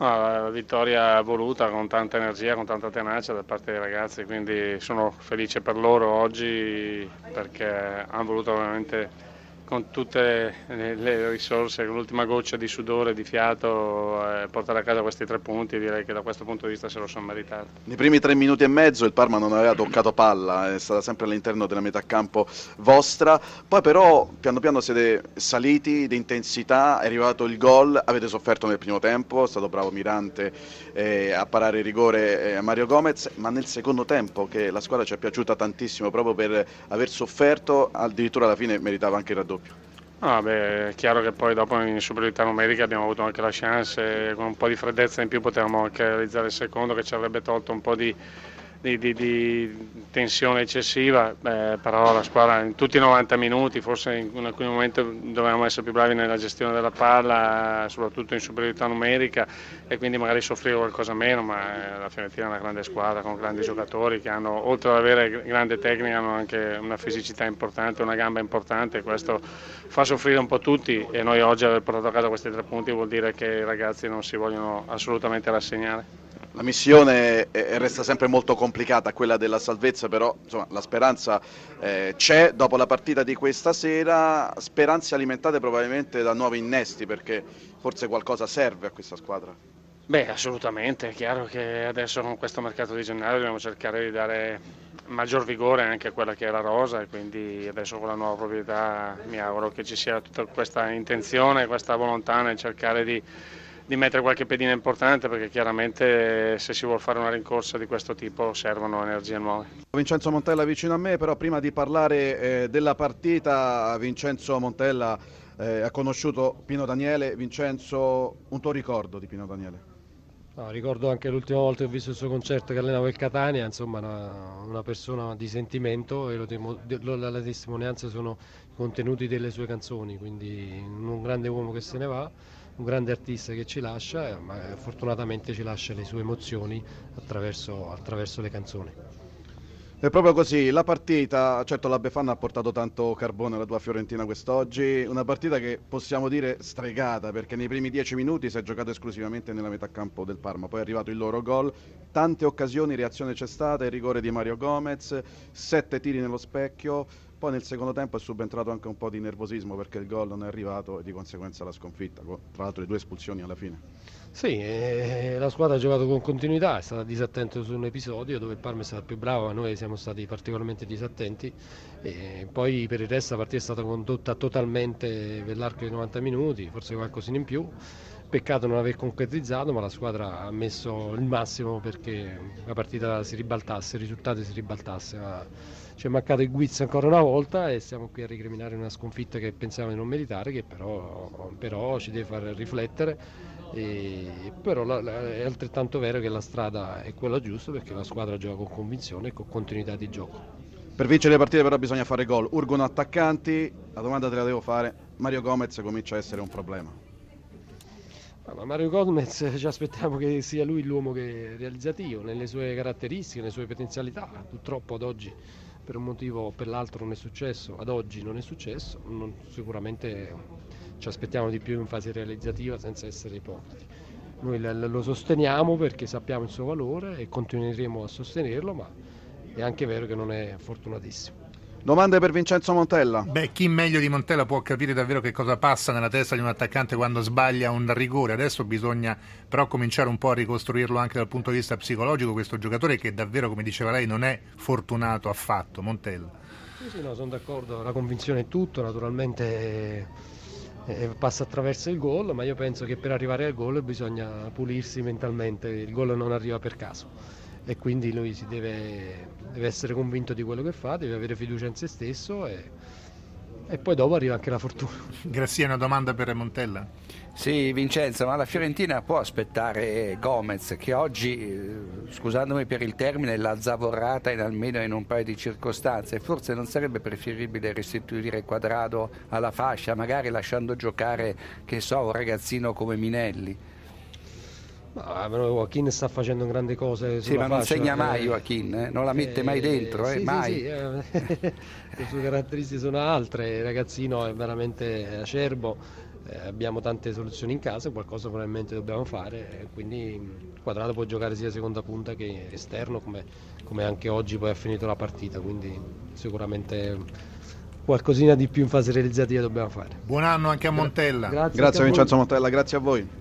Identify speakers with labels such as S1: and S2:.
S1: La vittoria voluta con tanta energia, con tanta tenacia da parte dei ragazzi, quindi sono felice per loro oggi perché hanno voluto veramente con tutte le risorse, con l'ultima goccia di sudore, di fiato, portare a casa questi 3 punti. Direi che da questo punto di vista se lo sono meritati.
S2: Nei primi 3 minuti e mezzo il Parma non aveva toccato palla, è stata sempre all'interno della metà campo vostra, poi però piano piano siete saliti di intensità, è arrivato il gol, avete sofferto nel primo tempo, è stato bravo Mirante a parare il rigore a Mario Gomez, ma nel secondo tempo che la squadra ci è piaciuta tantissimo proprio per aver sofferto, addirittura alla fine meritava anche il raddoppio.
S1: È chiaro che poi dopo in superiorità numerica abbiamo avuto anche la chance e con un po' di freddezza in più potevamo anche realizzare il secondo che ci avrebbe tolto un po' di tensione eccessiva, però la squadra in tutti i 90 minuti, forse in alcuni momenti dovevamo essere più bravi nella gestione della palla, soprattutto in superiorità numerica e quindi magari soffrire qualcosa meno, ma la Fiorentina è una grande squadra con grandi giocatori che hanno, oltre ad avere grande tecnica, hanno anche una fisicità importante, una gamba importante e questo fa soffrire un po' tutti e noi oggi aver portato a casa questi 3 punti vuol dire che i ragazzi non si vogliono assolutamente rassegnare.
S2: La missione resta sempre molto complicata, quella della salvezza, però insomma, la speranza c'è dopo la partita di questa sera, speranze alimentate probabilmente da nuovi innesti perché forse qualcosa serve a questa squadra.
S1: Assolutamente, è chiaro che adesso con questo mercato di gennaio dobbiamo cercare di dare maggior vigore anche a quella che è la rosa e quindi adesso con la nuova proprietà mi auguro che ci sia tutta questa intenzione, questa volontà nel cercare di mettere qualche pedina importante perché chiaramente se si vuole fare una rincorsa di questo tipo servono energie nuove.
S2: Vincenzo Montella vicino a me, però prima di parlare della partita Vincenzo Montella ha conosciuto Pino Daniele. Vincenzo, un tuo ricordo di Pino Daniele?
S3: No, ricordo anche l'ultima volta che ho visto il suo concerto che allenavo il Catania, insomma una persona di sentimento e la testimonianza sono i contenuti delle sue canzoni, quindi un grande uomo che se ne va, un grande artista che ci lascia, ma fortunatamente ci lascia le sue emozioni attraverso le canzoni.
S2: È proprio così, la partita, certo la Befana ha portato tanto carbone alla tua Fiorentina quest'oggi, una partita che possiamo dire stregata perché nei primi 10 minuti si è giocato esclusivamente nella metà campo del Parma, poi è arrivato il loro gol, tante occasioni, reazione c'è stata, il rigore di Mario Gomez, 7 tiri nello specchio, poi nel secondo tempo è subentrato anche un po' di nervosismo perché il gol non è arrivato e di conseguenza la sconfitta, tra l'altro le 2 espulsioni alla fine.
S3: Sì, la squadra ha giocato con continuità, è stata disattenta su un episodio dove il Parma è stato più bravo, ma noi siamo stati particolarmente disattenti e poi per il resto la partita è stata condotta totalmente per l'arco dei 90 minuti, forse qualcosina in più. Peccato non aver concretizzato, ma la squadra ha messo il massimo perché la partita si ribaltasse, il risultato si ribaltasse. Ma ci è mancato il guizzo ancora una volta e siamo qui a recriminare una sconfitta che pensavamo di non meritare, che però ci deve far riflettere. Però è altrettanto vero che la strada è quella giusta perché la squadra gioca con convinzione e con continuità di gioco.
S2: Per vincere le partite però bisogna fare gol, urgono attaccanti, la domanda te la devo fare, Mario Gomez comincia a essere un problema.
S3: Ma Mario Gomez ci aspettiamo che sia lui l'uomo che è realizzativo nelle sue caratteristiche, nelle sue potenzialità, purtroppo ad oggi per un motivo o per l'altro non è successo, ad oggi non è successo, sicuramente ci aspettiamo di più in fase realizzativa senza essere ipocriti. Noi lo sosteniamo perché sappiamo il suo valore e continueremo a sostenerlo, ma è anche vero che non è fortunatissimo.
S2: Domande per Vincenzo Montella.
S4: Chi meglio di Montella può capire davvero che cosa passa nella testa di un attaccante quando sbaglia un rigore? Adesso bisogna però cominciare un po' a ricostruirlo anche dal punto di vista psicologico, questo giocatore che davvero, come diceva lei, non è fortunato affatto. Montella.
S3: Sì, no, sono d'accordo, la convinzione è tutto, naturalmente passa attraverso il gol, ma io penso che per arrivare al gol bisogna pulirsi mentalmente, il gol non arriva per caso e quindi lui deve essere convinto di quello che fa, deve avere fiducia in se stesso e poi dopo arriva anche la fortuna.
S4: Grazie, una domanda per Montella.
S5: Sì, Vincenzo, ma la Fiorentina può aspettare Gomez che oggi, scusandomi per il termine, l'ha zavorrata almeno in un paio di circostanze? Forse non sarebbe preferibile restituire Quadrado alla fascia, magari lasciando giocare, che so, un ragazzino come Minelli?
S3: Joaquin sta facendo grandi cose sulla
S5: ma non
S3: fascia,
S5: segna mai Joaquin, non la mette mai dentro, mai.
S3: Sì, le sue caratteristiche sono altre, il ragazzino è veramente acerbo abbiamo tante soluzioni in casa, qualcosa probabilmente dobbiamo fare, quindi Quadrato può giocare sia seconda punta che esterno, come anche oggi poi ha finito la partita, quindi sicuramente qualcosina di più in fase realizzativa dobbiamo fare.
S4: Buon anno anche a Montella.
S3: Grazie
S2: Grazie a
S3: voi.
S2: Vincenzo Montella, grazie a voi.